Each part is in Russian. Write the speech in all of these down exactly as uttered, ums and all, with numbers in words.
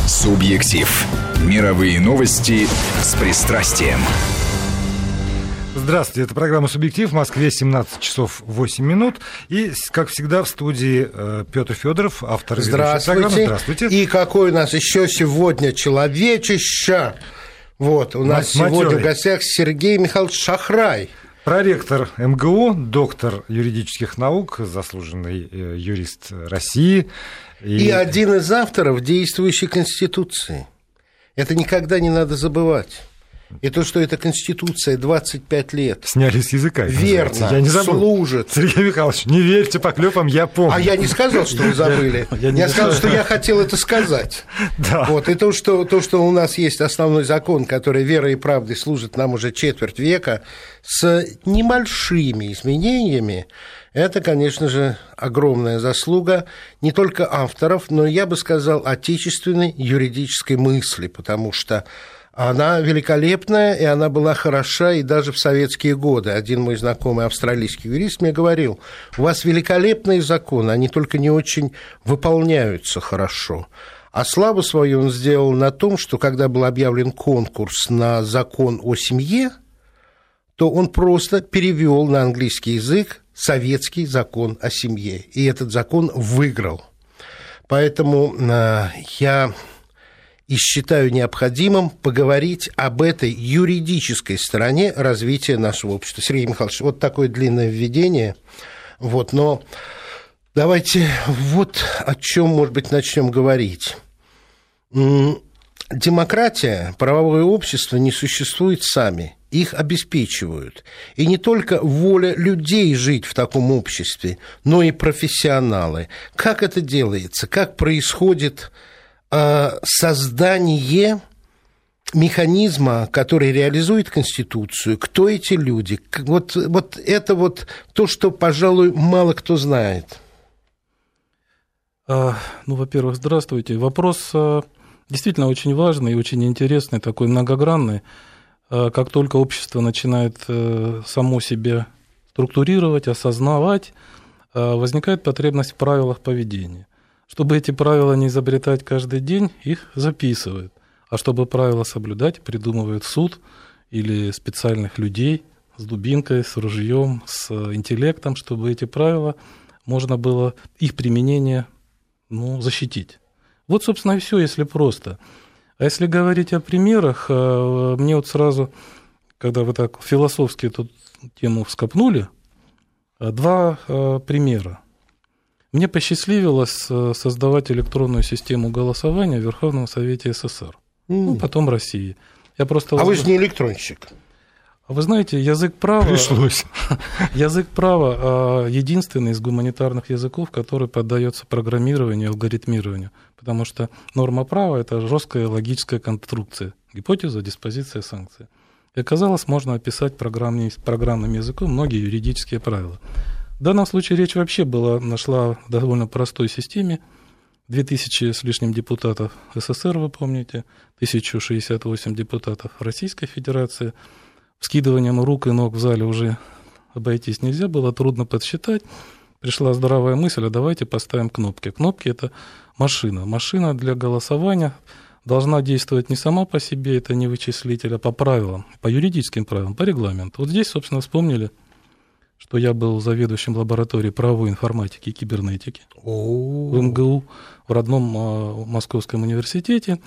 Субъектив. Мировые новости с пристрастием. Здравствуйте, это программа «Субъектив», в Москве семнадцать часов восемь минут. И, как всегда, в студии Петр Федоров, автор программы. Здравствуйте. И какой у нас еще сегодня человечище. Вот, у нас Мать сегодня матерый. В гостях Сергей Михайлович Шахрай. Проректор эм гэ у, доктор юридических наук, заслуженный юрист России. И... и один из авторов действующей Конституции. Это никогда не надо забывать. И то, что эта Конституция двадцать пять лет... Сняли с языка. Верно, я не забыл. Служит. Сергей Михайлович, не верьте поклёпам, я помню. А я не сказал, что вы забыли. Я, я, я сказал, что я хотел это сказать. Да. Вот. И то что, то, что у нас есть основной закон, который верой и правдой служит нам уже четверть века, с небольшими изменениями, это, конечно же, огромная заслуга не только авторов, но, я бы сказал, отечественной юридической мысли, потому что она великолепная, и она была хороша и даже в советские годы. Один мой знакомый австралийский юрист мне говорил: у вас великолепные законы, они только не очень выполняются хорошо. А славу свою он сделал на том, что когда был объявлен конкурс на закон о семье, то он просто перевел на английский язык советский закон о семье. И этот закон выиграл. Поэтому э, я... и считаю необходимым поговорить об этой юридической стороне развития нашего общества. Сергей Михайлович, вот такое длинное введение. Вот, но давайте вот о чем, может быть, начнем говорить. Демократия, правовое общество не существует сами. Их обеспечивают. И не только воля людей жить в таком обществе, но и профессионалы. Как это делается? Как происходит создание механизма, который реализует Конституцию, кто эти люди, вот, вот это вот то, что, пожалуй, мало кто знает. Ну, во-первых, здравствуйте. Вопрос действительно очень важный и очень интересный, такой многогранный. Как только общество начинает само себя структурировать, осознавать, возникает потребность в правилах поведения. Чтобы эти правила не изобретать каждый день, их записывают. А чтобы правила соблюдать, придумывают суд или специальных людей с дубинкой, с ружьем, с интеллектом, чтобы эти правила можно было, их применение, ну, защитить. Вот, собственно, и все, если просто. А если говорить о примерах, мне вот сразу, когда вы так философски эту тему вскопнули, два примера. Мне посчастливилось создавать электронную систему голосования в Верховном Совете эс эс эр, mm. ну, потом России. Я просто... А вы же не электронщик. А вы знаете, язык права... Пришлось. Язык права единственный из гуманитарных языков, который поддается программированию и алгоритмированию, потому что норма права – это жесткая логическая конструкция, гипотеза, диспозиция, санкция. И оказалось, можно описать программным, программным языком многие юридические правила. В данном случае речь вообще была, нашла в довольно простой системе. Две тысячи с лишним депутатов эс эс эр, вы помните, тысяча шестьдесят восемь депутатов Российской Федерации. Вскидыванием рук и ног в зале уже обойтись нельзя, было трудно подсчитать. Пришла здравая мысль: а давайте поставим кнопки. Кнопки – это машина. Машина для голосования должна действовать не сама по себе, это не вычислитель, а по правилам, по юридическим правилам, по регламенту. Вот здесь, собственно, вспомнили, что я был заведующим лабораторией правовой информатики и кибернетики О-о-о. в эм гэ у, в родном Московском университете.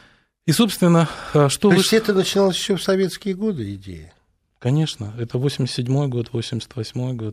И, собственно, что... То вы... есть это начиналось еще в советские годы, идея? Конечно, это восемьдесят седьмой год, восемьдесят восьмой год.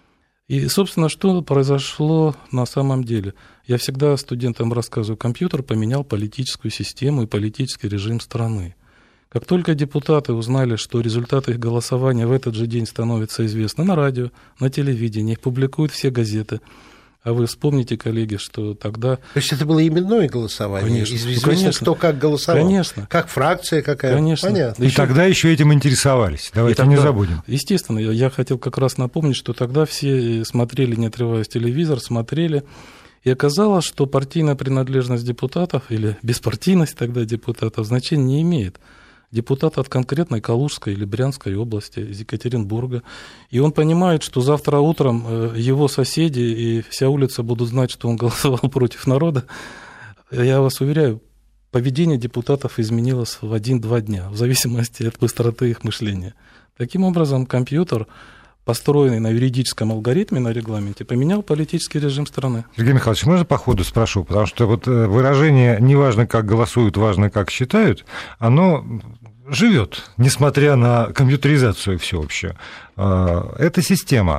И, собственно, что произошло на самом деле? Я всегда студентам рассказываю, компьютер поменял политическую систему и политический режим страны. Как только депутаты узнали, что результаты их голосования в этот же день становятся известны на радио, на телевидении, их публикуют все газеты. А вы вспомните, коллеги, что тогда... То есть это было именное голосование? Конечно. Известно, Конечно. кто как голосовал? Конечно. Как фракция какая? Конечно. Понятно. И еще... тогда еще этим интересовались. Давайте тогда, не забудем. Естественно, я хотел как раз напомнить, что тогда все смотрели, не отрываясь телевизор, смотрели. И оказалось, что партийная принадлежность депутатов, или беспартийность тогда депутатов, значения не имеет. Депутат от конкретной Калужской или Брянской области, из Екатеринбурга. И он понимает, что завтра утром его соседи и вся улица будут знать, что он голосовал против народа. Я вас уверяю, поведение депутатов изменилось в один-два дня, в зависимости от быстроты их мышления. Таким образом, компьютер, построенный на юридическом алгоритме, на регламенте, поменял политический режим страны. Сергей Михайлович, можно по ходу спрошу? Потому что вот выражение «не важно, как голосуют, важно, как считают», оно живет, несмотря на компьютеризацию всеобщую. Эта система,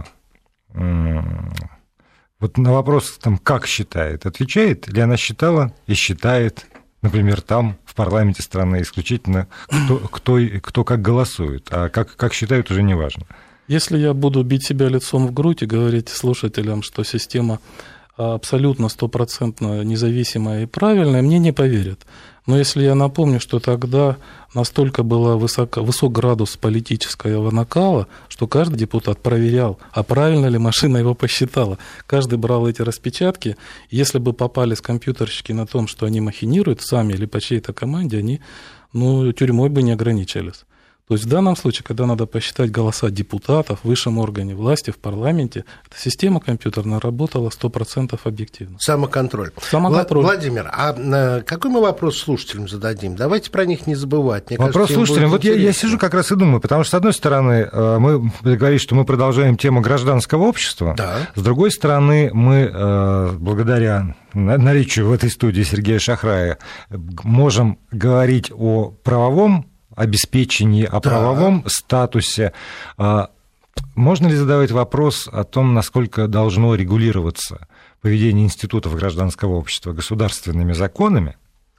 вот на вопрос, там, как считает, отвечает, или она считала и считает, например, там, в парламенте страны, исключительно кто, кто, кто как голосует, а как, как считают, уже не важно. Если я буду бить себя лицом в грудь и говорить слушателям, что система абсолютно стопроцентно независимая и правильная, мне не поверят. Но если я напомню, что тогда настолько был высок, высок градус политического накала, что каждый депутат проверял, а правильно ли машина его посчитала. Каждый брал эти распечатки, и если бы попались компьютерщики на том, что они махинируют сами или по чьей-то команде, они, ну, тюрьмой бы не ограничились. То есть в данном случае, когда надо посчитать голоса депутатов в высшем органе власти, в парламенте, эта система компьютерная работала сто процентов объективно. Самоконтроль. Самоконтроль. Владимир, а какой мы вопрос слушателям зададим? Давайте про них не забывать. Мне вопрос кажется, слушателям. Вот я, я сижу как раз и думаю, потому что, с одной стороны, мы говорим, что мы продолжаем тему гражданского общества. Да. С другой стороны, мы, благодаря наличию в этой студии Сергея Шахрая, можем говорить о правовом обеспечении, о да. правовом статусе. Можно ли задавать вопрос о том, насколько должно регулироваться поведение институтов гражданского общества государственными законами?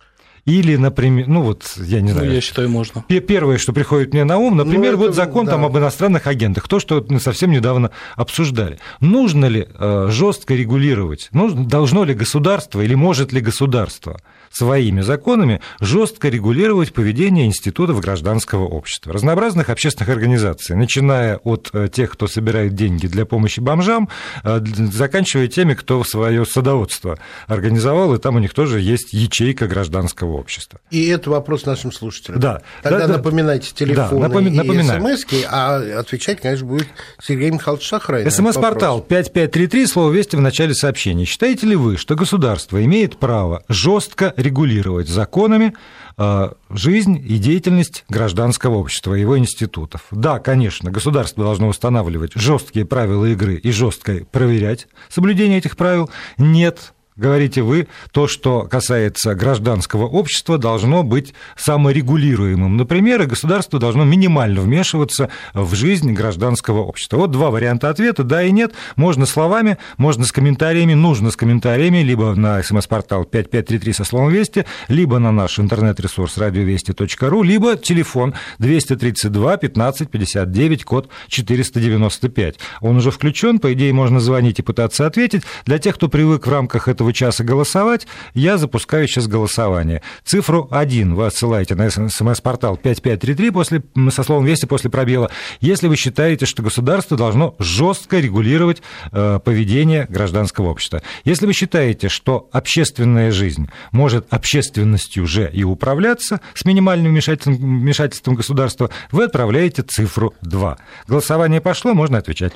Или, например, ну вот, я не знаю. Ну, я считаю, можно. Первое, что приходит мне на ум, например, ну, это, вот закон да. там, об иностранных агентах, то, что мы совсем недавно обсуждали. Нужно ли э, жестко регулировать, нужно, должно ли государство или может ли государство своими законами жестко регулировать поведение институтов гражданского общества, разнообразных общественных организаций, начиная от тех, кто собирает деньги для помощи бомжам, заканчивая теми, кто свое садоводство организовал, и там у них тоже есть ячейка гражданского общества. И это вопрос нашим слушателям. Да. Тогда да, напоминайте телефоны да, напоми- и смс-ки, а отвечать, конечно, будет Сергей Михайлович Шахрай. СМС-портал пять пять три три, слово «Вести» в начале сообщения. Считаете ли вы, что государство имеет право жестко регулировать законами жизнь и деятельность гражданского общества и его институтов? Да, конечно, государство должно устанавливать жесткие правила игры и жестко проверять соблюдение этих правил. Нет. Говорите вы, то, что касается гражданского общества, должно быть саморегулируемым. Например, и государство должно минимально вмешиваться в жизнь гражданского общества. Вот два варианта ответа, да и нет. Можно словами, можно с комментариями, нужно с комментариями, либо на смс-портал пять пять три три со словом «Вести», либо на наш интернет-ресурс радиовести точка ру, либо телефон двести тридцать два пятнадцать пятьдесят девять, код четыреста девяносто пять. Он уже включен, по идее, можно звонить и пытаться ответить. Для тех, кто привык в рамках этого часа голосовать, я запускаю сейчас голосование. Цифру один вы отсылаете на смс-портал пять пять три три после, со словом «Вести» после пробела, если вы считаете, что государство должно жестко регулировать э, поведение гражданского общества. Если вы считаете, что общественная жизнь может общественностью же и управляться с минимальным вмешательством, вмешательством государства, вы отправляете цифру два. Голосование пошло, можно отвечать.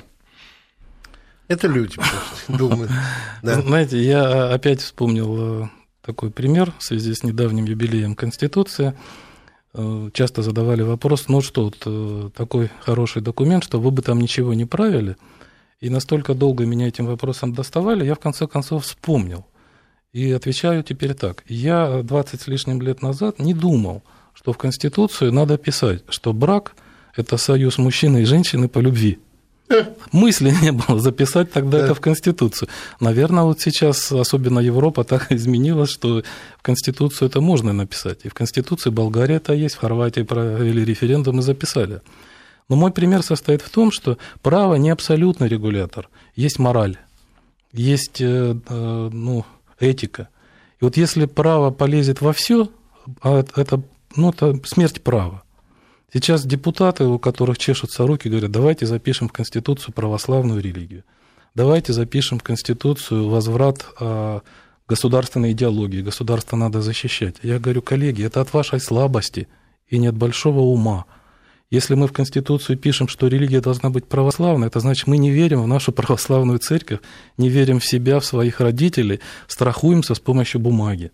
Это люди думают. Да. Знаете, я опять вспомнил такой пример в связи с недавним юбилеем Конституции. Часто задавали вопрос, ну что, вот такой хороший документ, что вы бы там ничего не правили. И настолько долго меня этим вопросом доставали, я в конце концов вспомнил. И отвечаю теперь так. Я двадцать с лишним лет назад не думал, что в Конституцию надо писать, что брак – это союз мужчины и женщины по любви. Мысли не было записать тогда да. это в Конституцию. Наверное, вот сейчас, особенно Европа, так изменилась, что в Конституцию это можно написать. И в Конституции Болгарии это есть, в Хорватии провели референдум и записали. Но мой пример состоит в том, что право не абсолютный регулятор. Есть мораль, есть ну, этика. И вот если право полезет во все, это, ну, это смерть права. Сейчас депутаты, у которых чешутся руки, говорят, давайте запишем в Конституцию православную религию, давайте запишем в Конституцию возврат государственной идеологии, государство надо защищать. Я говорю, коллеги, это от вашей слабости и не от большого ума. Если мы в Конституцию пишем, что религия должна быть православной, это значит, мы не верим в нашу православную церковь, не верим в себя, в своих родителей, страхуемся с помощью бумаги.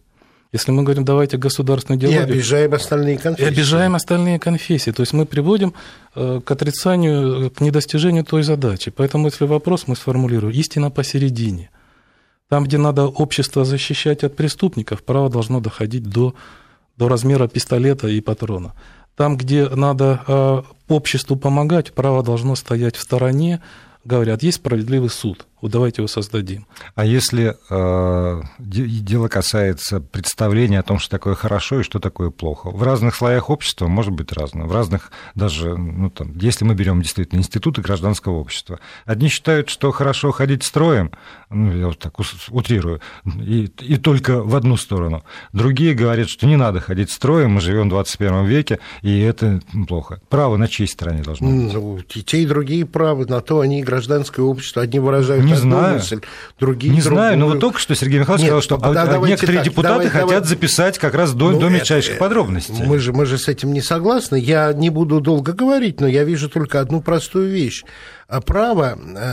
Если мы говорим, давайте государственную идеологию... И обижаем остальные конфессии. И обижаем остальные конфессии. То есть мы приводим к отрицанию, к недостижению той задачи. Поэтому, если вопрос мы сформулируем, истина посередине. Там, где надо общество защищать от преступников, право должно доходить до, до размера пистолета и патрона. Там, где надо обществу помогать, право должно стоять в стороне. Говорят, есть справедливый суд, вот давайте его создадим. А если э, дело касается представления о том, что такое хорошо и что такое плохо, в разных слоях общества может быть разное, в разных даже, ну, там, если мы берем действительно институты гражданского общества, одни считают, что хорошо ходить строем, ну, я вот так утрирую, и, и только в одну сторону, другие говорят, что не надо ходить строем, мы живем в двадцать первом веке, и это плохо. Право на чьей стороне должно быть? Ну, и те, и другие правы, на то они гражданское общество, одни выражают не одну знаю. мысль, другие Не другую. знаю, но вот только что Сергей Михайлович Нет, сказал, что да, некоторые так, депутаты давай, хотят давай. записать как раз до, ну, до мельчайших это, подробностей. Мы же, мы же с этим не согласны. Я не буду долго говорить, но я вижу только одну простую вещь. Право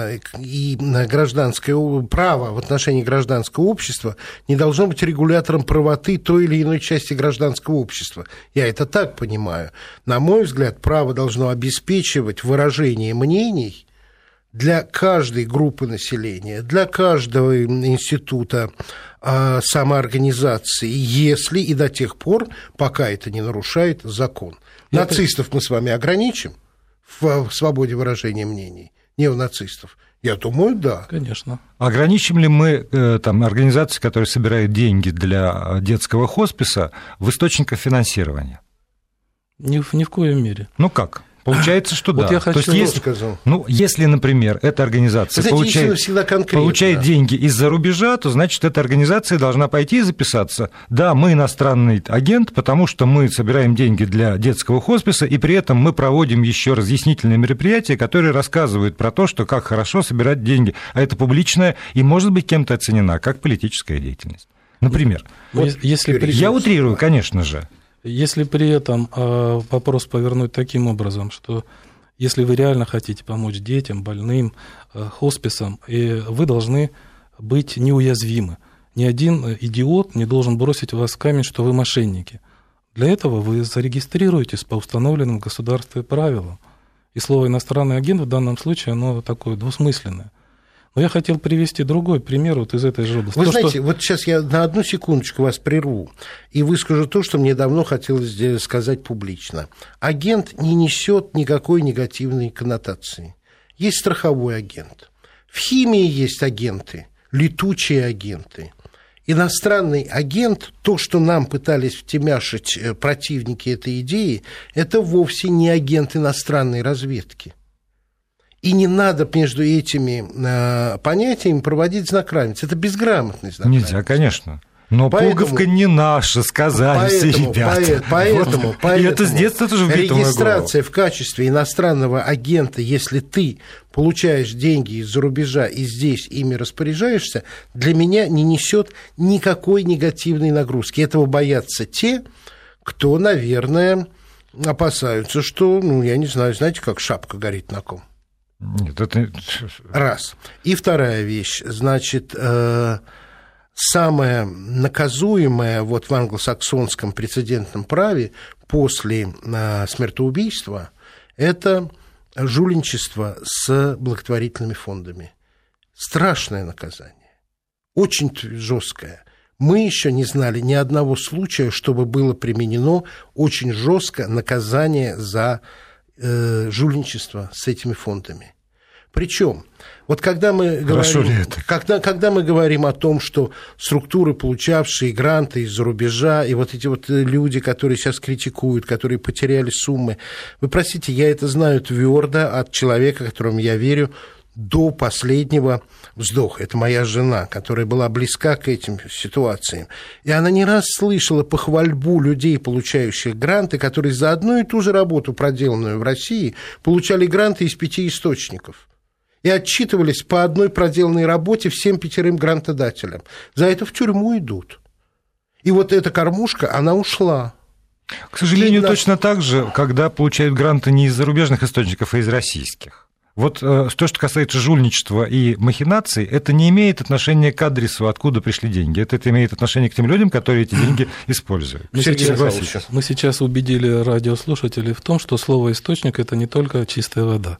и гражданское право в отношении гражданского общества не должно быть регулятором правоты той или иной части гражданского общества. Я это так понимаю. На мой взгляд, право должно обеспечивать выражение мнений для каждой группы населения, для каждого института э, самоорганизации, если и до тех пор, пока это не нарушает закон. Я Нацистов мы с вами ограничим в свободе выражения мнений, неонацистов? Я думаю, да. Конечно. Ограничим ли мы э, там, организации, которые собирают деньги для детского хосписа, в источниках финансирования? Ни, ни в коем мере. Ну как? Получается, что вот да. Я хочу... То есть, если, ну, если, например, эта организация знаете, получает, получает деньги из-за рубежа, то, значит, эта организация должна пойти и записаться. Да, мы иностранный агент, потому что мы собираем деньги для детского хосписа, и при этом мы проводим еще разъяснительные мероприятия, которые рассказывают про то, что как хорошо собирать деньги. А это публичное и может быть кем-то оценена как политическая деятельность. Например. Вот, если при... Я утрирую, конечно же. Если при этом э, вопрос повернуть таким образом, что если вы реально хотите помочь детям, больным, э, хосписам, и вы должны быть неуязвимы. Ни один идиот не должен бросить в вас камень, что вы мошенники. Для этого вы зарегистрируетесь по установленным в государстве правилам. И слово «иностранный агент» в данном случае, оно такое двусмысленное. Но я хотел привести другой пример вот из этой же области. Вы то, знаете, что... вот сейчас я на одну секундочку вас прерву и выскажу то, что мне давно хотелось сказать публично. Агент не несет никакой негативной коннотации. Есть страховой агент. В химии есть агенты, летучие агенты. Иностранный агент, то, что нам пытались втемяшить противники этой идеи, это вовсе не агент иностранной разведки. И не надо между этими э, понятиями проводить знак равенства. Это безграмотный знак Нельзя, равенства. Конечно. Но поэтому, пуговка не наша, сказали поэтому, все ребята. Поэтому, вот. поэтому и это с детства тоже вбито в регистрация в качестве иностранного агента, если ты получаешь деньги из-за рубежа и здесь ими распоряжаешься, для меня не несет никакой негативной нагрузки. Этого боятся те, кто, наверное, опасаются, что, ну, я не знаю, знаете, как шапка горит на ком. Нет, это... Раз. И вторая вещь, значит, э, самое наказуемое вот в англосаксонском прецедентном праве после э, смертоубийства – это жульничество с благотворительными фондами. Страшное наказание, очень жесткое. Мы еще не знали ни одного случая, чтобы было применено очень жесткое наказание за жульничество с этими фондами. Причем, вот когда мы, говорим, когда, когда мы говорим о том, что структуры, получавшие гранты из-за рубежа, и вот эти вот люди, которые сейчас критикуют, которые потеряли суммы, вы простите, я это знаю твердо от человека, которому я верю, до последнего вздоха. Это моя жена, которая была близка к этим ситуациям. И она не раз слышала похвальбу людей, получающих гранты, которые за одну и ту же работу, проделанную в России, получали гранты из пяти источников. И отчитывались по одной проделанной работе всем пятерым грантодателям. За это в тюрьму идут. И вот эта кормушка, она ушла. К сожалению, и точно на... так же, когда получают гранты не из зарубежных источников, а из российских. Вот э, то, что касается жульничества и махинаций, это не имеет отношения к адресу, откуда пришли деньги. Это, это имеет отношение к тем людям, которые эти деньги используют. Мы сейчас, мы сейчас убедили радиослушателей в том, что слово «источник» – это не только чистая вода.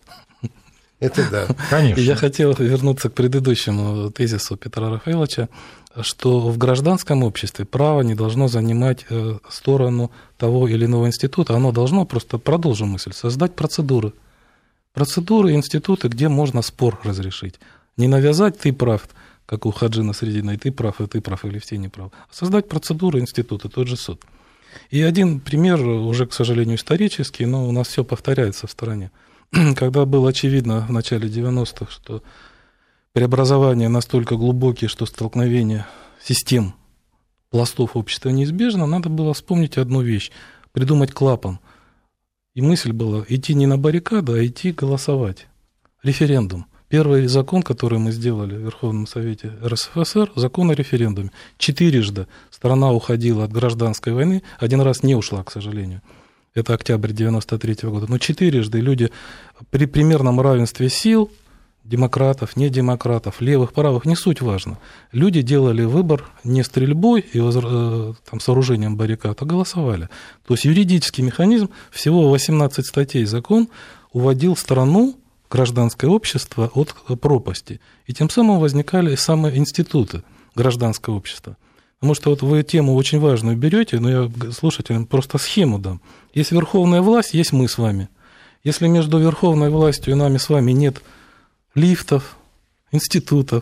Это да, конечно. И я хотел вернуться к предыдущему тезису Петра Рафаэловича, что в гражданском обществе право не должно занимать сторону того или иного института, оно должно, просто продолжим мысль, создать процедуры. Процедуры, институты, где можно спор разрешить. Не навязать «ты прав», как у Хаджина Средина, и «ты прав», и «ты прав», или «все не прав». А создать процедуры, институты, тот же суд. И один пример, уже, к сожалению, исторический, но у нас все повторяется в стране. Когда было очевидно в начале девяностых, что преобразования настолько глубокие, что столкновение систем, пластов общества неизбежно, надо было вспомнить одну вещь, придумать клапан. И мысль была идти не на баррикады, а идти голосовать. Референдум. Первый закон, который мы сделали в Верховном Совете эр эс эф эс эр, закон о референдуме. Четырежды страна уходила от гражданской войны, один раз не ушла, к сожалению. Это октябрь девяносто третьего года. Но четырежды люди при примерном равенстве сил, демократов, не демократов, левых, правых, не суть важно. Люди делали выбор не стрельбой и там, сооружением баррикад, а голосовали. То есть юридический механизм, всего восемнадцать статей закон, уводил страну, гражданское общество от пропасти. И тем самым возникали самые институты гражданского общества. Потому что вот вы тему очень важную берете, но я слушателям просто схему дам. Есть верховная власть, есть мы с вами. Если между верховной властью и нами с вами нет лифтов, институтов,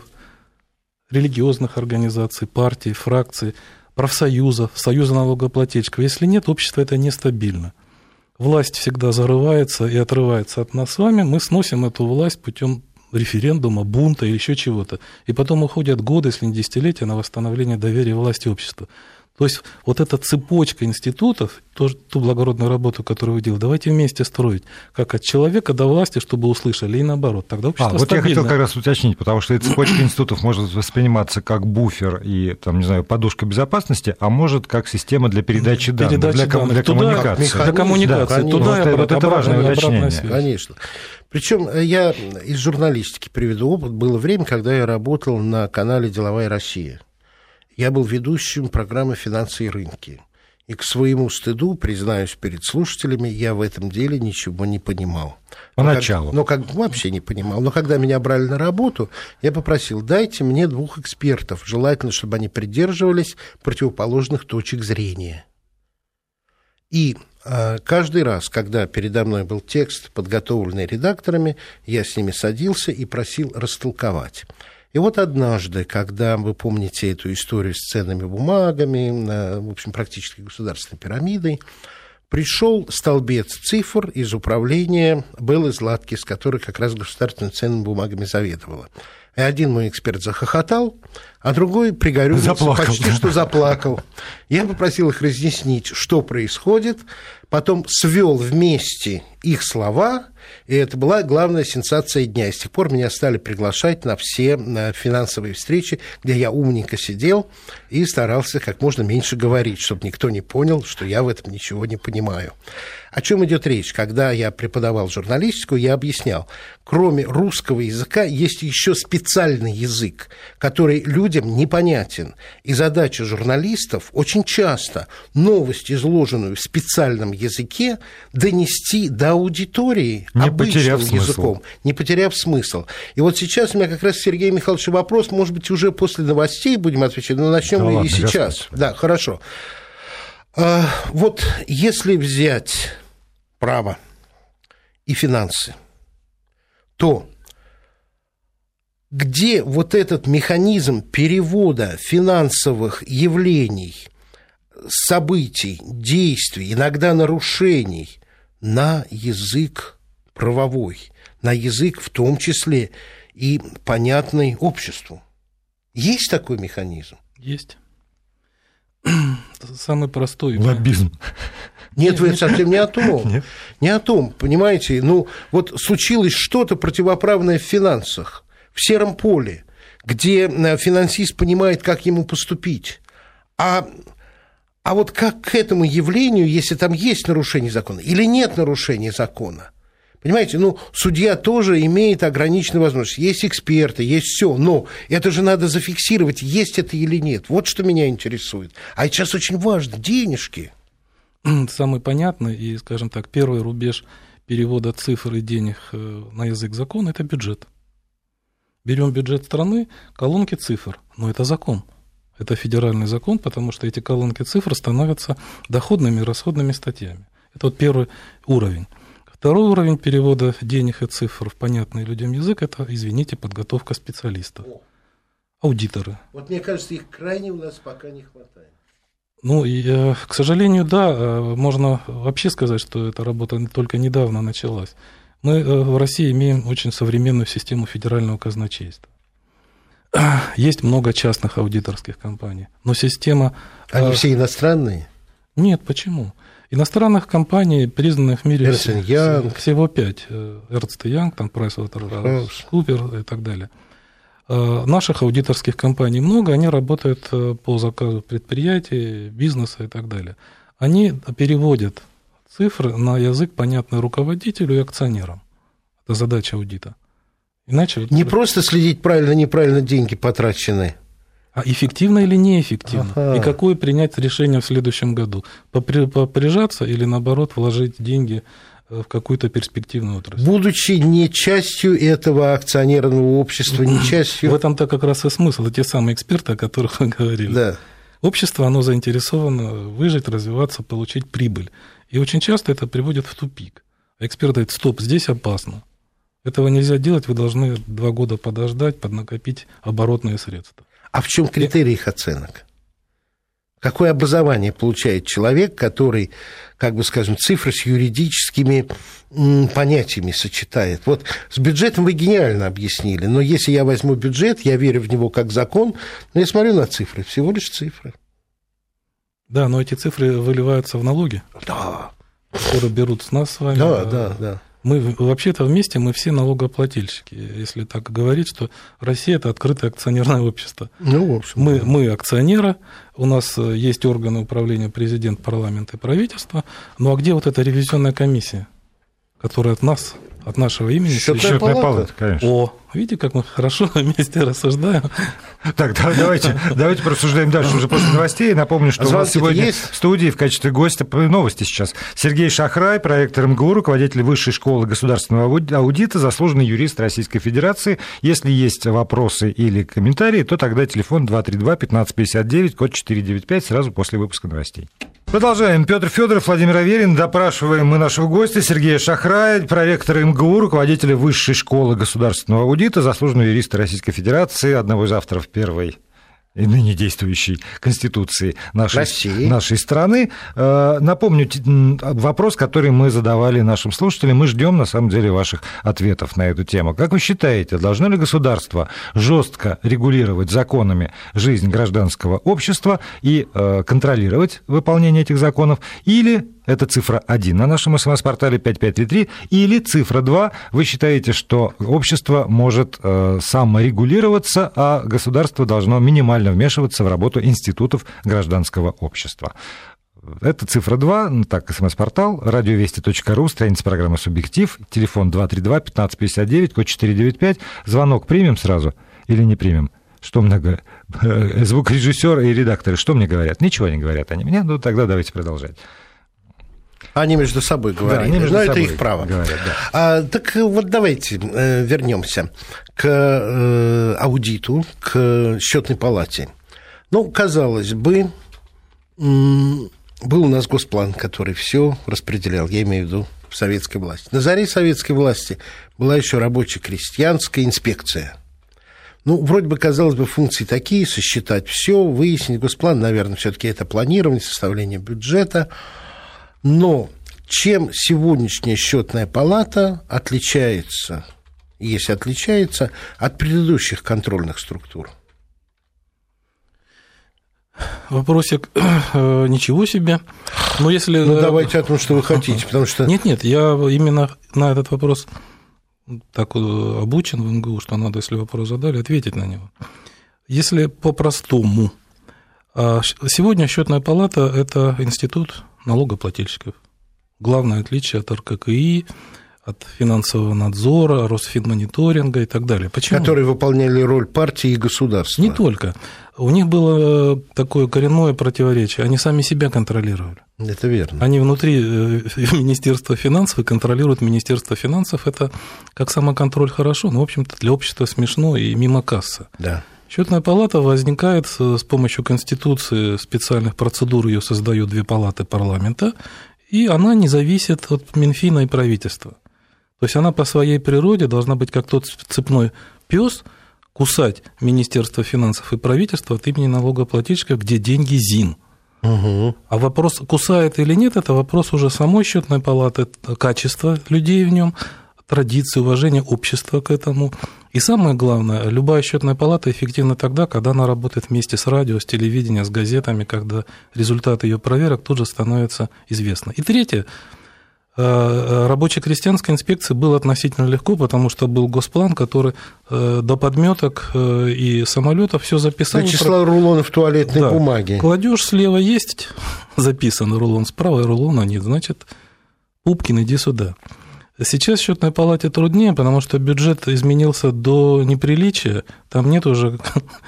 религиозных организаций, партий, фракций, профсоюзов, союза налогоплательщиков, если нет, общество это нестабильно. Власть всегда зарывается и отрывается от нас с вами, мы сносим эту власть путем референдума, бунта или еще чего-то. И потом уходят годы, если не десятилетия, на восстановление доверия власти общества. То есть вот эта цепочка институтов, ту, ту благородную работу, которую вы делаете, давайте вместе строить, как от человека до власти, чтобы услышали, и наоборот. Тогда общество а, вот стабильно. Я хотел как раз уточнить, потому что эта цепочка институтов может восприниматься как буфер и, там, не знаю, подушка безопасности, а может как система для передачи данных, Передачи для, данных. для туда, коммуникации. Для коммуникации. Да, туда вот, и вот это важное уточнение. Конечно. Причем я из журналистики приведу опыт. Было время, когда я работал на канале «Деловая Россия». Я был ведущим программы «Финансы и рынки». И к своему стыду, признаюсь перед слушателями, я в этом деле ничего не понимал. Поначалу. Но как, но как вообще не понимал. Но когда меня брали на работу, я попросил, дайте мне двух экспертов, желательно, чтобы они придерживались противоположных точек зрения. И э, каждый раз, когда передо мной был текст, подготовленный редакторами, я с ними садился и просил растолковать. И вот однажды, когда, вы помните эту историю с ценными бумагами, в общем, практически государственной пирамидой, пришел столбец цифр из управления Беллы Златкис, которая как раз государственными ценными бумагами заведовала. И один мой эксперт захохотал, а другой пригорюнился, почти что заплакал. Я попросил их разъяснить, что происходит, потом свел вместе их слова, и это была главная сенсация дня. И с тех пор меня стали приглашать на все на финансовые встречи, где я умненько сидел и старался как можно меньше говорить, чтобы никто не понял, что я в этом ничего не понимаю. О чем идет речь? Когда я преподавал журналистику, я объяснял, кроме русского языка есть еще специальный язык, который людям непонятен. И задача журналистов очень часто новость, изложенную в специальном языке, донести до аудитории не обычным языком, не потеряв смысл. И вот сейчас у меня как раз, Сергей Михайлович, вопрос, может быть, уже после новостей будем отвечать, но начнем да мы ладно, и сейчас. Господи. Да, хорошо. А, вот если взять право и финансы, то где вот этот механизм перевода финансовых явлений, событий, действий, иногда нарушений на язык правовой, на язык в том числе и понятный обществу? Есть такой механизм? Есть. Самый простой. Лоббизм. Нет, вы совсем не о том. Нет. Не о том, понимаете? Ну, вот случилось что-то противоправное в финансах, в сером поле, где финансист понимает, как ему поступить. А, а вот как к этому явлению, если там есть нарушение закона или нет нарушения закона? Понимаете, ну, судья тоже имеет ограниченную возможность. Есть эксперты, есть все, но это же надо зафиксировать, есть это или нет. Вот что меня интересует. А сейчас очень важно, денежки. Самый понятный и, скажем так, первый рубеж перевода цифр и денег на язык закона – это бюджет. Берем бюджет страны, колонки цифр, но это закон. Это федеральный закон, потому что эти колонки цифр становятся доходными и расходными статьями. Это вот первый уровень. Второй уровень перевода денег и цифр в понятный людям язык – это, извините, подготовка специалистов, аудиторы. Вот мне кажется, их крайне у нас пока не хватает. Ну, и, к сожалению, да, можно вообще сказать, что эта работа только недавно началась. Мы в России имеем очень современную систему федерального казначейства. Есть много частных аудиторских компаний, но система... Они все иностранные? Нет, почему? Иностранных компаний, признанных в мире, Эрнст энд Янг. Всего пять. Эрнст энд Янг, там PricewaterhouseCoopers и так далее. Наших аудиторских компаний много, они работают по заказу предприятий, бизнеса и так далее. Они переводят цифры на язык, понятный руководителю и акционерам. Это задача аудита. Иначе... Не просто следить, правильно, неправильно деньги потрачены. А эффективно или неэффективно? Ага. И какое принять решение в следующем году? Поприжаться или, наоборот, вложить деньги в какую-то перспективную отрасль? Будучи не частью этого акционерного общества, не частью... В этом-то как раз и смысл. Это те самые эксперты, о которых вы говорили. Да. Общество, оно заинтересовано выжить, развиваться, получить прибыль. И очень часто это приводит в тупик. А эксперт говорит: стоп, здесь опасно. Этого нельзя делать, вы должны два года подождать, поднакопить оборотные средства. А в чем критерий их оценок? Какое образование получает человек, который, как бы скажем, цифры с юридическими м, понятиями сочетает? Вот с бюджетом вы гениально объяснили, но если я возьму бюджет, я верю в него как закон, но я смотрю на цифры, всего лишь цифры. Да, но эти цифры выливаются в налоги, Да. которые берут с нас с вами. Да, да, да. Мы вообще-то вместе, мы все налогоплательщики. Если так говорить, что Россия – это открытое акционерное общество. Ну, в общем, мы, да. мы акционеры, у нас есть органы управления, президент, парламент и правительство. Ну а где вот эта ревизионная комиссия, которая от нас, от нашего имени... Счетная Счетная палата, палата, конечно. О, видите, как мы хорошо вместе рассуждаем. Так, давайте, давайте порассуждаем дальше уже после новостей. Напомню, что Звонки-то у нас сегодня есть? в студии в качестве гостя новости сейчас Сергей Шахрай, проректор эм гэ у, руководитель Высшей школы государственного аудита, заслуженный юрист Российской Федерации. Если есть вопросы или комментарии, то тогда телефон два три два пятнадцать пятьдесят девять, код четыре девять пять, сразу после выпуска новостей. Продолжаем. Петр Федоров, Владимир Аверин. Допрашиваем мы нашего гостя Сергея Шахрая, проректора эм гэ у, руководителя Высшей школы государственного аудита, заслуженного юриста Российской Федерации, одного из авторов первой и ныне действующей Конституции нашей, нашей страны. Напомню вопрос, который мы задавали нашим слушателям. Мы ждем, на самом деле, ваших ответов на эту тему. Как вы считаете, должно ли государство жестко регулировать законами жизнь гражданского общества и контролировать выполнение этих законов, или это цифра один на нашем СМС-портале пять пять три три, или цифра два, вы считаете, что общество может э, саморегулироваться, а государство должно минимально вмешиваться в работу институтов гражданского общества? Это цифра два, так, СМС-портал, радиовести точка ру, страница программы «Субъектив», телефон два три два пятнадцать пятьдесят девять, код четыре девять пять. Звонок примем сразу или не примем? Что мне говорят? Звукорежиссер и редакторы, что мне говорят? Ничего не говорят они мне, ну тогда давайте продолжать. Они между собой говорят, да, между но собой это их право. Говорят, да. а, так вот давайте э, вернемся к э, аудиту, к счетной палате. Ну, казалось бы, м- был у нас госплан, который все распределял, я имею в виду в советской власти. На заре советской власти была еще рабоче-крестьянская инспекция. Ну, вроде бы, казалось бы, функции такие: сосчитать все, выяснить. Госплан, наверное, все-таки это планирование, составление бюджета. Но чем сегодняшняя счетная палата отличается, если отличается, от предыдущих контрольных структур? Вопросик ничего себе. Но если... Ну, давайте о том, что вы хотите, потому что... Нет-нет, я именно на этот вопрос так обучен в эм гэ у, что надо, если вопрос задали, ответить на него. Если по-простому, сегодня счетная палата – это институт налогоплательщиков. Главное отличие от эр ка ка и, от финансового надзора, Росфинмониторинга и так далее. Почему? Которые выполняли роль партии и государства. Не только. У них было такое коренное противоречие. Они сами себя контролировали. Это верно. Они внутри Министерства финансов и контролируют Министерство финансов. Это как самоконтроль хорошо, но, в общем-то, для общества смешно и мимо кассы. Да. Счетная палата возникает с помощью Конституции, специальных процедур, ее создают две палаты парламента, и она не зависит от Минфина и правительства. То есть она по своей природе должна быть как тот цепной пес, кусать Министерство финансов и правительство от имени налогоплательщика, где деньги ЗИН. Угу. А вопрос, кусает или нет, это вопрос уже самой счетной палаты, качества людей в нем, традиции, уважения общества к этому. И самое главное, любая счетная палата эффективна тогда, когда она работает вместе с радио, с телевидением, с газетами, когда результаты ее проверок тут же становятся известны. И третье. Рабоче-крестьянской инспекции было относительно легко, потому что был госплан, который до подметок и самолетов все записал. До числа рулонов туалетной да. бумаги. Кладешь слева есть записан рулон, справа рулона нет, значит, Пупкин, иди сюда. Сейчас в счетной палате труднее, потому что бюджет изменился до неприличия, там нет уже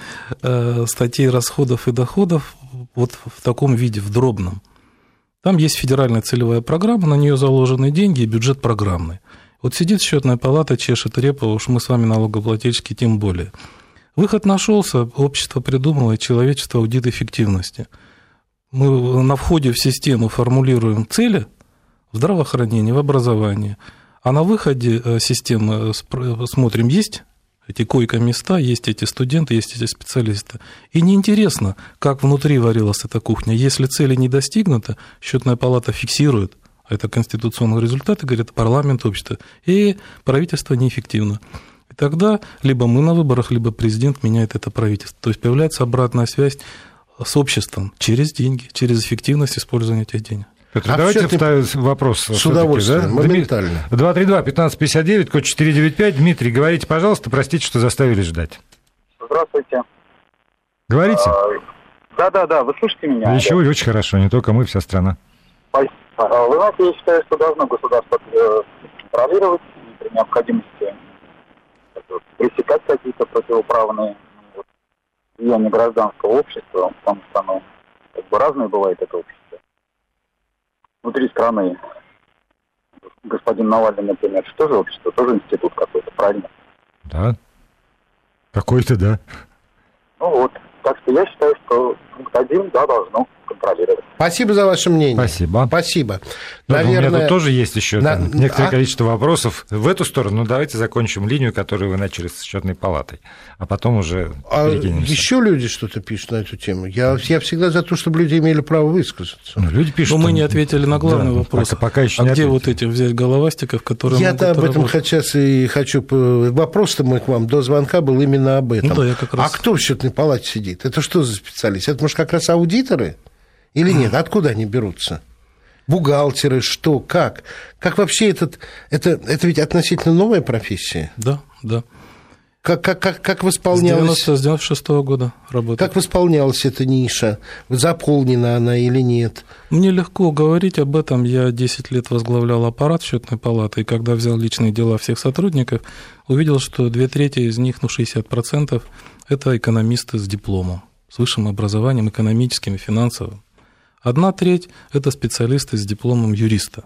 статей расходов и доходов вот в таком виде, в дробном. Там есть федеральная целевая программа, на нее заложены деньги и бюджет программный. Вот сидит счетная палата, чешет репу, уж мы с вами налогоплательщики тем более. Выход нашелся, общество придумало, и человечество аудит эффективности. Мы на входе в систему формулируем цели в здравоохранении, в образовании, а на выходе системы смотрим, есть эти койко-места, есть эти студенты, есть эти специалисты. И неинтересно, как внутри варилась эта кухня. Если цели не достигнуты, счетная палата фиксирует, это конституционный результат, и говорит, парламент, общество, и правительство неэффективно. И тогда либо мы на выборах, либо президент меняет это правительство. То есть появляется обратная связь с обществом через деньги, через эффективность использования этих денег. Петр, а давайте второй вопрос. С удовольствием, да? Моментально. два три два пятнадцать пятьдесят девять, код четыре девять пять. Дмитрий, говорите, пожалуйста, простите, что заставили ждать. Здравствуйте. Говорите. Да-да-да, вы слышите меня? Еще да. Очень хорошо, не только мы, вся страна. Спасибо. Вы знаете, я считаю, что должно государство контролировать и при необходимости пресекать какие-то противоправные влияния гражданского общества, потому что оно как бы разное бывает, это общество. Внутри страны господин Навальный, например, что же общество, тоже институт какой-то, правильно? Да, какой-то, да. Ну вот, так что я считаю, что пункт один, да, должно контролировать. Спасибо за ваше мнение. Спасибо. Спасибо. Ну, Наверное... У меня тут тоже есть еще На... там, некоторое а? количество вопросов в эту сторону. Ну, давайте закончим линию, которую вы начали с счетной палатой, а потом уже а перекинемся. Еще люди что-то пишут на эту тему. Я, я всегда за то, чтобы люди имели право высказаться. Ну, люди пишут. Но мы там... не ответили на главный да, вопрос. Пока, пока еще а не где ответили. вот эти взять головастиков, которые Я-то об этом работать? сейчас и хочу... Вопрос-то мой к вам до звонка был именно об этом. Ну, да, я как раз... А кто в счетной палате сидит? Это что за специалист? Это, может, как раз аудиторы? Или нет? Откуда они берутся? Бухгалтеры, что, как? Как вообще этот... Это, это ведь относительно новая профессия? Да, да. Как, как, как, как восполнялась... С девяносто шестого года работает. Как восполнялась эта ниша? Заполнена она или нет? Мне легко говорить об этом. Я десять лет возглавлял аппарат счетной палаты, и когда взял личные дела всех сотрудников, увидел, что две трети из них, ну, шестьдесят процентов, это экономисты с дипломом, с высшим образованием экономическим и финансовым. Одна треть – это специалисты с дипломом юриста.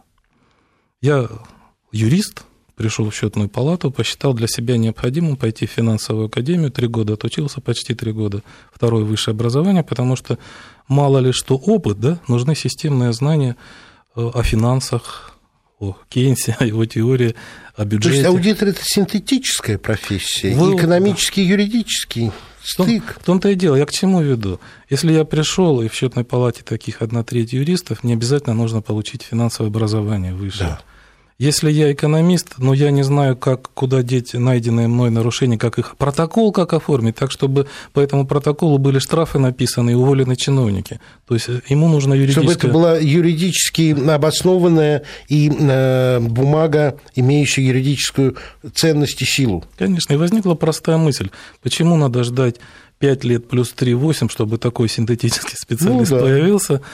Я юрист, пришел в счетную палату, посчитал для себя необходимым пойти в финансовую академию, три года отучился, почти три года, второе высшее образование, потому что мало ли что опыт, да, нужны системные знания о финансах, о Кейнсе, о его теории, о бюджете. То есть аудитор – это синтетическая профессия, Вы... экономический, юридический стык. В том-то и дело. Я к чему веду? Если я пришел, и в счетной палате таких одна треть юристов, не обязательно нужно получить финансовое образование выше. Да. Если я экономист, но я не знаю, как, куда деть найденные мной нарушения, как их протокол, как оформить, так, чтобы по этому протоколу были штрафы написаны и уволены чиновники. То есть ему нужно юридическое... Чтобы это была юридически обоснованная и э, бумага, имеющая юридическую ценность и силу. Конечно, и возникла простая мысль. Почему надо ждать пять лет плюс три, восемь, чтобы такой синтетический специалист ну, да. появился?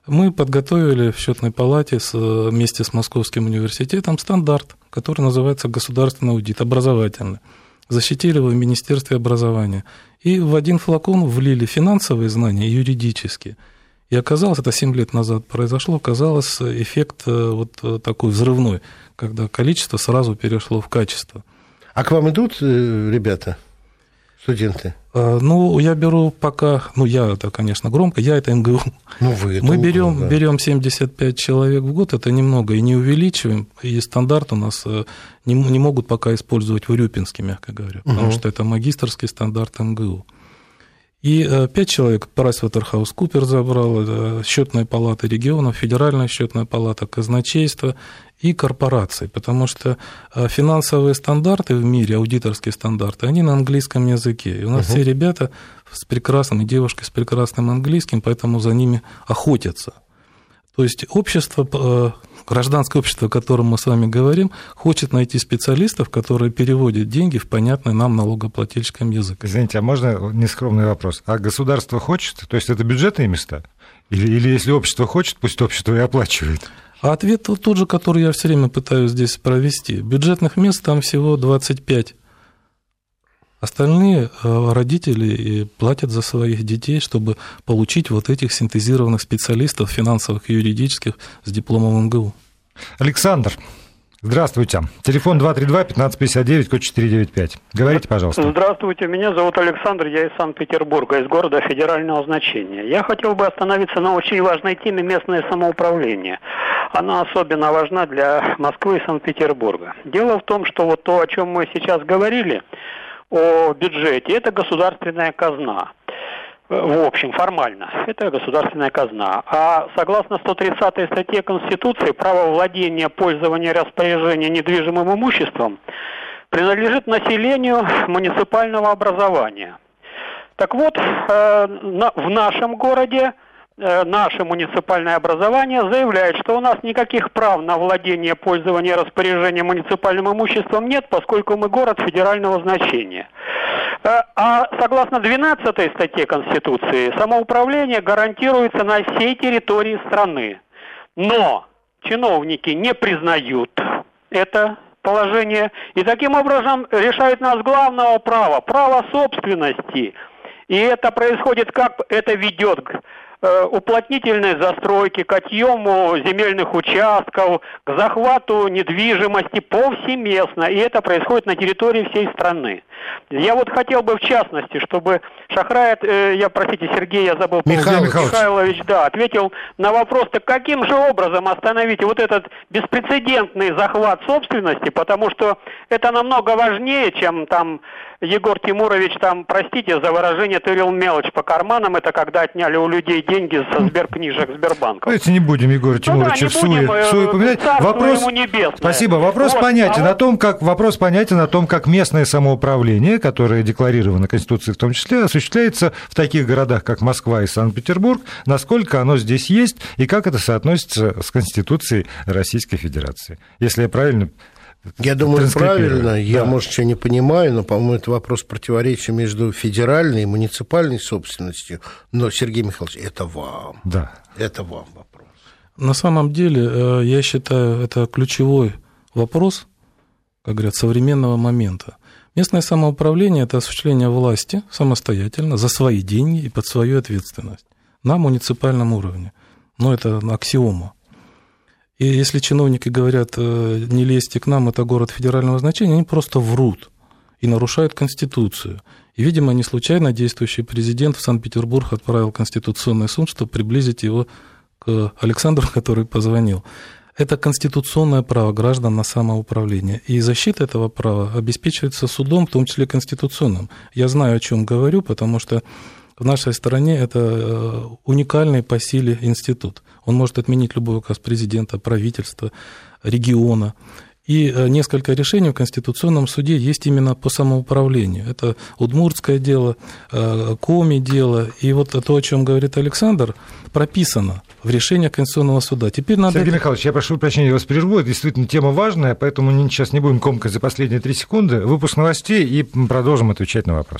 Мы подготовили в счетной палате с, вместе с Московским университетом стандарт, который называется государственный аудит, образовательный. Защитили его в Министерстве образования. И в один флакон влили финансовые знания и юридические. И оказалось, это семь лет назад произошло, оказалось эффект вот такой взрывной, когда количество сразу перешло в качество. А к вам идут ребята, студенты? Ну, я беру пока, ну, я это, конечно, громко, я это эм гэ у. Ну, вы это Мы берем, да. берем семьдесят пять человек в год, это немного, и не увеличиваем, и стандарт у нас не, не могут пока использовать в Урюпинске, мягко говоря, потому угу. что это магистерский стандарт эм гэ у. И пять человек PricewaterhouseCoopers забрал, счетная палата регионов, федеральная счетная палата, казначейство и корпорации, потому что финансовые стандарты в мире, аудиторские стандарты, они на английском языке. И у нас угу. все ребята с прекрасным, и девушки с прекрасным английским, поэтому за ними охотятся. То есть общество, гражданское общество, о котором мы с вами говорим, хочет найти специалистов, которые переводят деньги в понятный нам налогоплательщикам язык. Извините, а можно нескромный вопрос? А государство хочет? То есть это бюджетные места? Или, или если общество хочет, пусть общество и оплачивает? А ответ тот же, который я все время пытаюсь здесь провести. Бюджетных мест там всего двадцать пять. Остальные родители платят за своих детей, чтобы получить вот этих синтезированных специалистов финансовых и юридических с дипломом эм гэ у. Александр, здравствуйте. Телефон два три два пятнадцать пятьдесят девять, код четыре девять пять. Говорите, пожалуйста. Здравствуйте, меня зовут Александр, я из Санкт-Петербурга, из города федерального значения. Я хотел бы остановиться на очень важной теме местное самоуправление. Она особенно важна для Москвы и Санкт-Петербурга. Дело в том, что вот то, о чем мы сейчас говорили, о бюджете, это государственная казна. В общем, формально, это государственная казна. А согласно сто тридцатой статье Конституции, право владения, пользования, распоряжения недвижимым имуществом принадлежит населению муниципального образования. Так вот, в нашем городе наше муниципальное образование заявляет, что у нас никаких прав на владение, пользование, распоряжение муниципальным имуществом нет, поскольку мы город федерального значения. А согласно двенадцатой статье Конституции, самоуправление гарантируется на всей территории страны. Но чиновники не признают это положение и таким образом лишают нас главного права, права собственности. И это происходит, как это ведет к уплотнительной застройки, к отъему земельных участков, к захвату недвижимости повсеместно. И это происходит на территории всей страны. Я вот хотел бы в частности, чтобы Шахрай, э, я, простите, Сергей, я забыл, Михаил Михайлович, Михайлович, да, ответил на вопрос, так каким же образом остановить вот этот беспрецедентный захват собственности, потому что это намного важнее, чем там Егор Тимурович, там, простите за выражение, тырил мелочь по карманам, это когда отняли у людей деньги со сберкнижек Сбербанка. Давайте не будем Егора Тимуровича ну, да, в суе, в суе упоминать. Вопрос, спасибо, вопрос вот, понятен, а вот... о том, как, вопрос понятен о том, как местное самоуправление, которое декларировано Конституцией в том числе, осуществляется в таких городах, как Москва и Санкт-Петербург, насколько оно здесь есть и как это соотносится с Конституцией Российской Федерации. Если я правильно... Я думаю, правильно. Да. Я, может, что не понимаю, но, по-моему, это вопрос противоречия между федеральной и муниципальной собственностью. Но, Сергей Михайлович, это вам. Да. Это вам вопрос. На самом деле, я считаю, это ключевой вопрос, как говорят, современного момента. Местное самоуправление – это осуществление власти самостоятельно, за свои деньги и под свою ответственность на муниципальном уровне. Но это аксиома. И если чиновники говорят, не лезьте к нам, это город федерального значения, они просто врут и нарушают Конституцию. И, видимо, не случайно действующий президент в Санкт-Петербург отправил Конституционный суд, чтобы приблизить его к Александру, который позвонил. Это конституционное право граждан на самоуправление. И защита этого права обеспечивается судом, в том числе конституционным. Я знаю, о чем говорю, потому что в нашей стране это уникальный по силе институт. Он может отменить любой указ президента, правительства, региона. И несколько решений в Конституционном суде есть именно по самоуправлению. Это Удмуртское дело, Коми дело. И вот то, о чем говорит Александр, прописано в решении Конституционного суда. Теперь надо... Сергей Михайлович, я прошу прощения, я вас прерву. Это действительно тема важная, поэтому сейчас не будем комкать за последние три секунды. Выпуск новостей и продолжим отвечать на вопросы.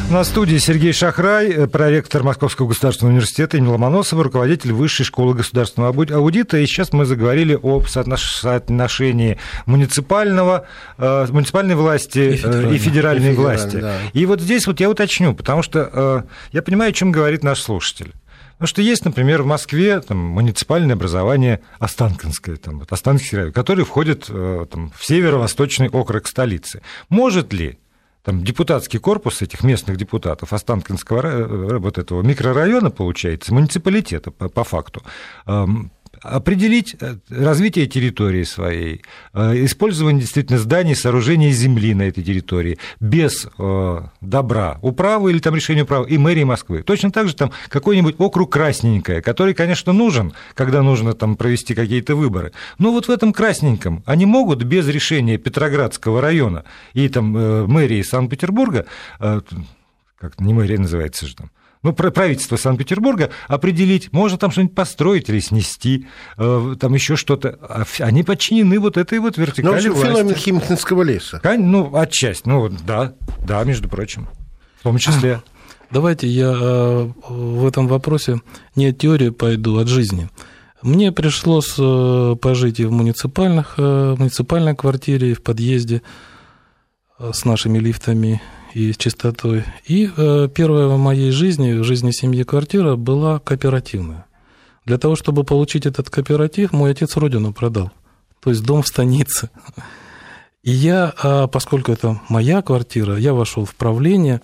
На студии Сергей Шахрай, проректор Московского государственного университета имени Ломоносова, руководитель Высшей школы государственного аудита. И сейчас мы заговорили о соотношении муниципального, муниципальной власти и федеральной, и федеральной и власти. Да. И вот здесь вот я уточню, потому что я понимаю, о чем говорит наш слушатель. Потому что есть, например, в Москве там, муниципальное образование Останкинское, там, вот, Останкинский район, который входит там, в северо-восточный округ столицы. Может ли там депутатский корпус этих местных депутатов Останкинского вот этого микрорайона, получается, муниципалитета по, по факту, определить развитие территории своей, использование действительно зданий, сооружений земли на этой территории без добра управы или там решения управы и мэрии Москвы. Точно так же там какой-нибудь округ Красненькое, который, конечно, нужен, когда нужно там провести какие-то выборы. Но вот в этом Красненьком они могут без решения Петроградского района и там мэрии Санкт-Петербурга, как не мэрия называется же там, ну, правительство Санкт-Петербурга определить, можно там что-нибудь построить или снести, там еще что-то. Они подчинены вот этой вот вертикали власти. Ну, феномен Химкинского леса. Ну, отчасти, ну, да, да, между прочим, в том числе. Давайте я в этом вопросе не от теории пойду, а от жизни. Мне пришлось пожить и в муниципальных, в муниципальной квартире, и в подъезде с нашими лифтами, и с чистотой. И э, первая в моей жизни, в жизни семьи квартира была кооперативная. Для того, чтобы получить этот кооператив, мой отец родину продал, то есть дом в станице. И я, э, поскольку это моя квартира, я вошел в правление.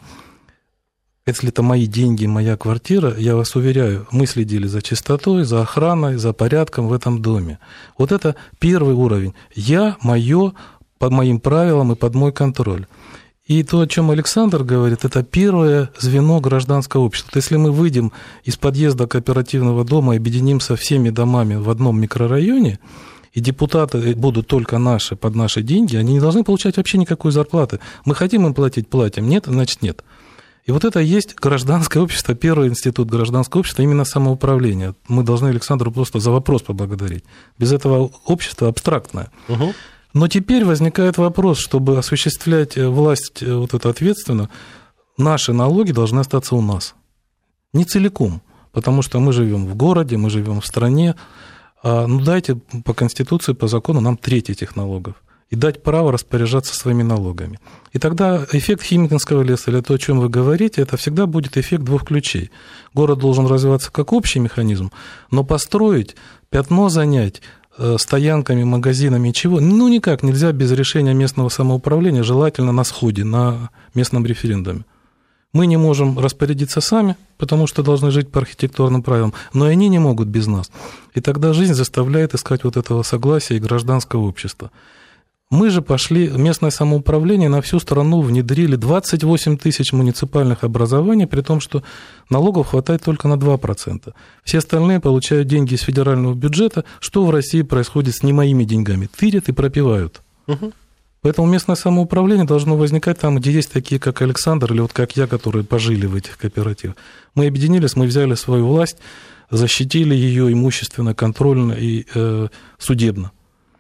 Если это мои деньги, моя квартира, я вас уверяю, мы следили за чистотой, за охраной, за порядком в этом доме. Вот это первый уровень. Я, мое, по моим правилам и под мой контроль. И то, о чем Александр говорит, это первое звено гражданского общества. То есть, если мы выйдем из подъезда кооперативного дома и объединимся всеми домами в одном микрорайоне, и депутаты будут только наши, под наши деньги, они не должны получать вообще никакой зарплаты. Мы хотим им платить, платим. Нет, значит нет. И вот это и есть гражданское общество, первый институт гражданского общества, именно самоуправление. Мы должны Александру просто за вопрос поблагодарить. Без этого общество абстрактное. Угу. Но теперь возникает вопрос, чтобы осуществлять власть вот это ответственно, наши налоги должны остаться у нас. Не целиком, потому что мы живем в городе, мы живем в стране. Ну, дайте по Конституции, по закону нам треть этих налогов и дать право распоряжаться своими налогами. И тогда эффект Химкинского леса, или то, о чем вы говорите, это всегда будет эффект двух ключей. Город должен развиваться как общий механизм, но построить, пятно занять, стоянками, магазинами, чего, ну, никак нельзя без решения местного самоуправления, желательно на сходе, на местном референдуме. Мы не можем распорядиться сами, потому что должны жить по архитектурным правилам, но и они не могут без нас. И тогда жизнь заставляет искать вот этого согласия и гражданского общества. Мы же пошли, местное самоуправление на всю страну внедрили двадцать восемь тысяч муниципальных образований, при том, что налогов хватает только на два процента. Все остальные получают деньги из федерального бюджета. Что в России происходит с не моими деньгами? Тырят и пропивают. Угу. Поэтому местное самоуправление должно возникать там, где есть такие, как Александр, или вот как я, которые пожили в этих кооперативах. Мы объединились, мы взяли свою власть, защитили ее имущественно, контрольно и э, судебно.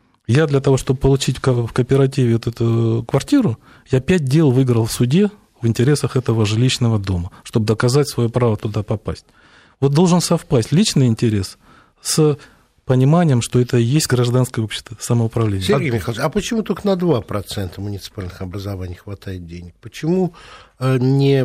Я для того, чтобы получить в кооперативе вот эту квартиру, я пять дел выиграл в суде в интересах этого жилищного дома, чтобы доказать свое право туда попасть. Вот должен совпасть личный интерес с пониманием, что это и есть гражданское общество, самоуправление. Сергей Михайлович, а почему только на два процента муниципальных образований хватает денег? Почему не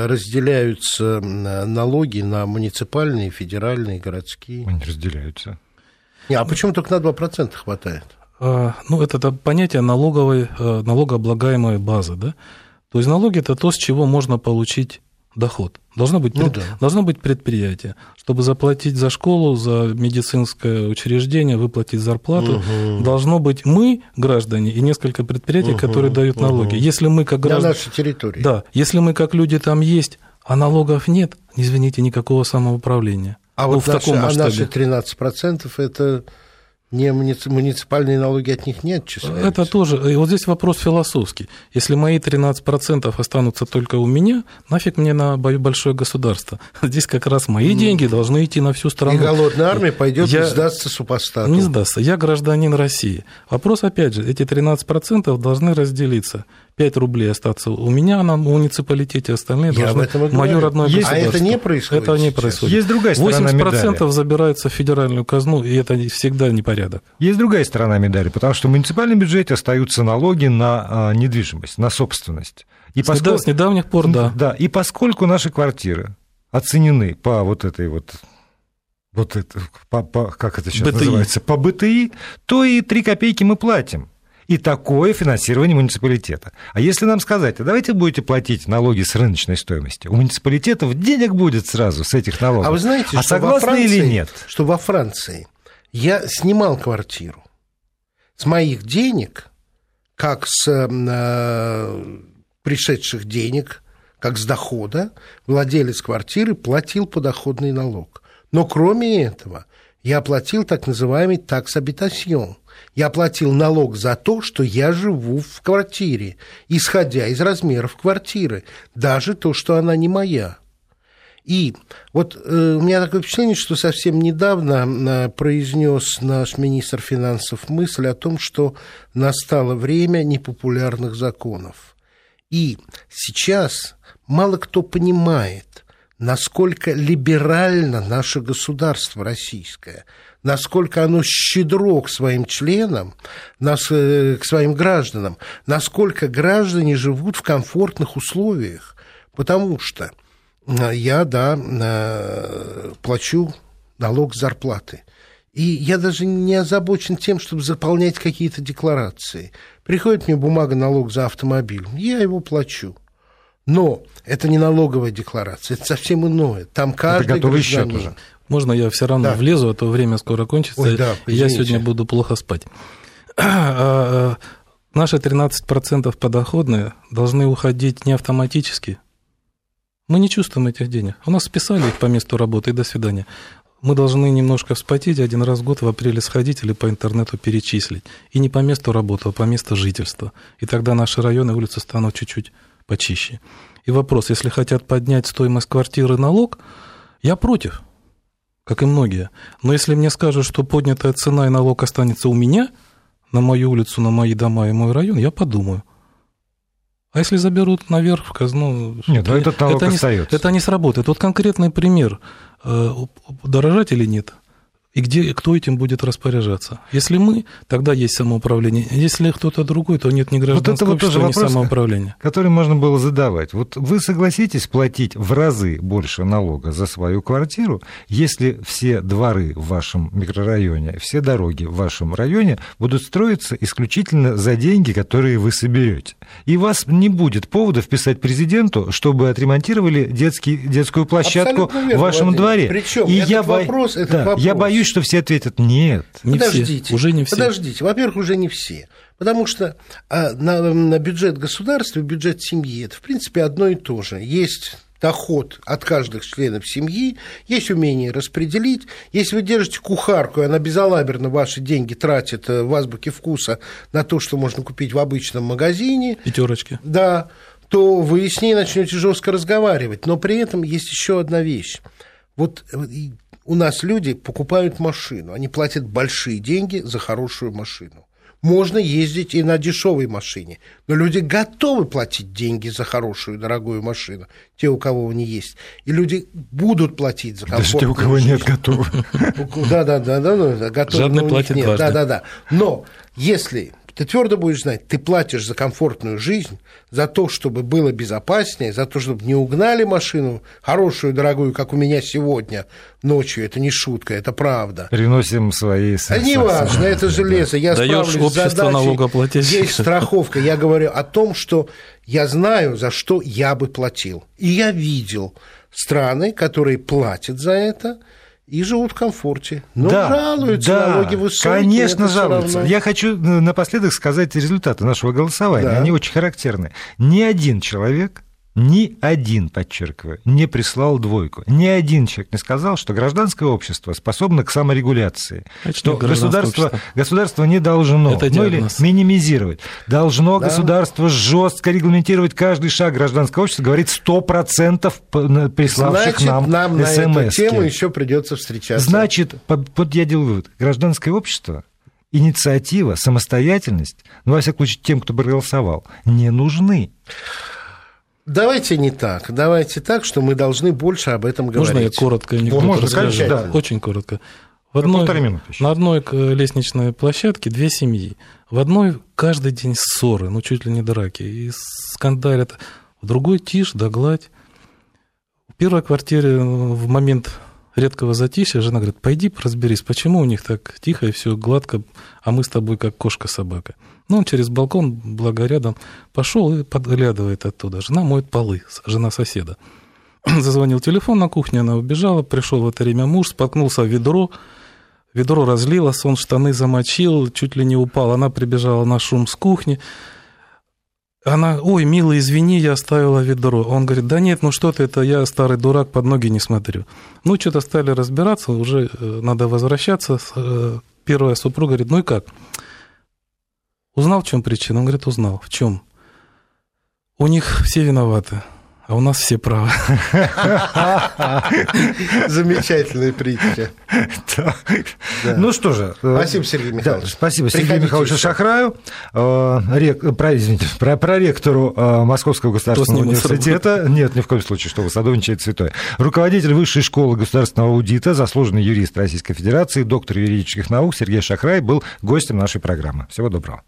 разделяются налоги на муниципальные, федеральные, городские? Они разделяются. Не, а почему только на два процента хватает? Ну, это понятие налоговой, налогооблагаемой базы, да? То есть налоги – это то, с чего можно получить доход. Должно быть, ну, пред... да. должно быть предприятие, чтобы заплатить за школу, за медицинское учреждение, выплатить зарплату. Угу. Должно быть мы, граждане, и несколько предприятий, угу. которые дают угу. налоги. Если мы как граждане... На нашей территории. Да, если мы как люди там есть, а налогов нет, извините, никакого самоуправления. А ну, вот в наши, таком масштабе. А наши тринадцать процентов это не муниципальные налоги, от них не отчисляются. Это тоже, и вот здесь вопрос философский. Если мои тринадцать процентов останутся только у меня, нафиг мне на большое государство? Здесь как раз мои деньги должны идти на всю страну. И голодная армия пойдет и сдастся супостату. Не сдастся. Я гражданин России. Вопрос, опять же, эти тринадцать процентов должны разделиться. пять рублей остаться у меня на муниципалитете, остальные Я должны в мое родное Есть, государство. а это не происходит Это не сейчас. происходит. Есть другая сторона восемьдесят медали. процентов забирается в федеральную казну, и это всегда непорядок. Есть другая сторона медали, потому что в муниципальном бюджете остаются налоги на а, недвижимость, на собственность. И С, недав... С недавних пор, да. Да, и поскольку наши квартиры оценены по вот этой вот, вот это, по, по, как это сейчас бэ тэ и. называется, по бэ тэ и, то и три копейки мы платим. И такое финансирование муниципалитета. А если нам сказать, а давайте будете платить налоги с рыночной стоимости, у муниципалитетов денег будет сразу с этих налогов. А вы знаете, а что согласны во Франции, или нет? Что во Франции я снимал квартиру с моих денег, как с э, пришедших денег, как с дохода, владелец квартиры платил подоходный налог. Но кроме этого, я платил так называемый такс абитасьон. Я платил налог за то, что я живу в квартире, исходя из размеров квартиры, даже то, что она не моя. И вот э, у меня такое впечатление, что совсем недавно э, произнес наш министр финансов мысль о том, что настало время непопулярных законов. И сейчас мало кто понимает, насколько либерально наше государство российское, насколько оно щедро к своим членам, к своим гражданам, насколько граждане живут в комфортных условиях. Потому что я, да, плачу налог с зарплаты. И я даже не озабочен тем, чтобы заполнять какие-то декларации. Приходит мне бумага налог за автомобиль, я его плачу. Но это не налоговая декларация, это совсем иное. Там каждый гражданин... уже. Можно я все равно да. влезу, а то время скоро кончится, Ой, да, и я сегодня буду плохо спать. Наши тринадцать процентов подоходные должны уходить не автоматически. Мы не чувствуем этих денег. У нас списали их по месту работы, и до свидания. Мы должны немножко вспотеть, один раз в год в апреле сходить или по интернету перечислить. И не по месту работы, а по месту жительства. И тогда наши районы и улицы станут чуть-чуть почище. И вопрос, если хотят поднять стоимость квартиры налог, я против, как и многие. Но если мне скажут, что поднятая цена и налог останется у меня, на мою улицу, на мои дома и мой район, я подумаю. А если заберут наверх в казну... Нет, это, этот налог это остается. Не, это не сработает. Вот конкретный пример. Дорожать или нет? И где, кто этим будет распоряжаться? Если мы, тогда есть самоуправление. Если кто-то другой, то нет ни гражданского вот общества, вот ни самоуправления. Который можно было задавать. Вот вы согласитесь платить в разы больше налога за свою квартиру, если все дворы в вашем микрорайоне, все дороги в вашем районе будут строиться исключительно за деньги, которые вы соберете. И у вас не будет повода вписать президенту, чтобы отремонтировали детский, детскую площадку верно, в вашем Владимир. дворе. Причем И этот я вопрос, бо... этот да, вопрос. Я боюсь, что все ответят нет. Не подождите, все, уже не все. Подождите, во-первых, уже не все. Потому что а, на, на бюджет государства, бюджет семьи, это, в принципе, одно и то же. Есть доход от каждых членов семьи, есть умение распределить. Если вы держите кухарку, и она безалаберно ваши деньги тратит в азбуке вкуса на то, что можно купить в обычном магазине. Пятерочки. Да, то вы с ней начнете жестко разговаривать. Но при этом есть еще одна вещь. Вот у нас люди покупают машину, они платят большие деньги за хорошую машину. Можно ездить и на дешевой машине, но люди готовы платить деньги за хорошую, дорогую машину, те, у кого они есть. И люди будут платить за комфортную Даже те, у кого жизнь. Нет, готовы. Да, да, да, да, готовы. Жадный платит дважды. Да, да, да. Но если ты твердо будешь знать, ты платишь за комфортную жизнь, за то, чтобы было безопаснее, за то, чтобы не угнали машину, хорошую, дорогую, как у меня сегодня ночью, это не шутка, это правда. Приносим свои... А не важно, это железо, я Даёшь справлюсь с задачей, налогоплательщика. есть страховка. Я говорю о том, что я знаю, за что я бы платил. И я видел страны, которые платят за это, и живут в комфорте. Но да, жалуются, да, налоги высокие. Конечно, жалуются. Равно... Я хочу напоследок сказать результаты нашего голосования. Да. Они очень характерны. Ни один человек, ни один, подчеркиваю, не прислал двойку. Ни один человек не сказал, что гражданское общество способно к саморегуляции. Это что государство, государство не должно, это ну или минимизировать. Должно да. государство жестко регламентировать каждый шаг гражданского общества, говорит сто процентов приславших Значит, нам нам СМС-ки. На эту тему еще придется встречаться. Значит, вот я делаю вывод, гражданское общество инициатива, самостоятельность, ну, во всяком случае, тем, кто проголосовал, не нужны. Давайте не так. Давайте так, что мы должны больше об этом говорить. Можно я коротко анекдот Можно, расскажу? да. Очень коротко. В одной, на одной лестничной площадке две семьи. В одной каждый день ссоры, ну, чуть ли не драки, и скандалят. В другой тишь да гладь. В первой квартире в момент редкого затишья жена говорит: пойди разберись, почему у них так тихо и все гладко, а мы с тобой как кошка-собака. Ну, он через балкон, благо рядом, пошел и подглядывает оттуда. Жена моет полы, жена соседа. Зазвонил телефон на кухне, она убежала, пришел в это время муж, споткнулся в ведро, ведро разлилось, он штаны замочил, чуть ли не упал. Она прибежала на шум с кухни. Она: ой, милый, извини, я оставила ведро. Он говорит: да нет, ну что ты, это я старый дурак, под ноги не смотрю. Ну, что-то стали разбираться, уже надо возвращаться. Первая супруга говорит: ну и как? Узнал, в чем причина? Он говорит: узнал. В чем? У них все виноваты, а у нас все правы. Замечательная притча. Ну что же. Спасибо, Сергей Михайлович. Спасибо Сергею Михайловичу Шахраю, проректору Московского государственного университета. Нет, ни в коем случае, что вы садовничаете святое. Руководитель Высшей школы государственного аудита, заслуженный юрист Российской Федерации, доктор юридических наук Сергей Шахрай был гостем нашей программы. Всего доброго.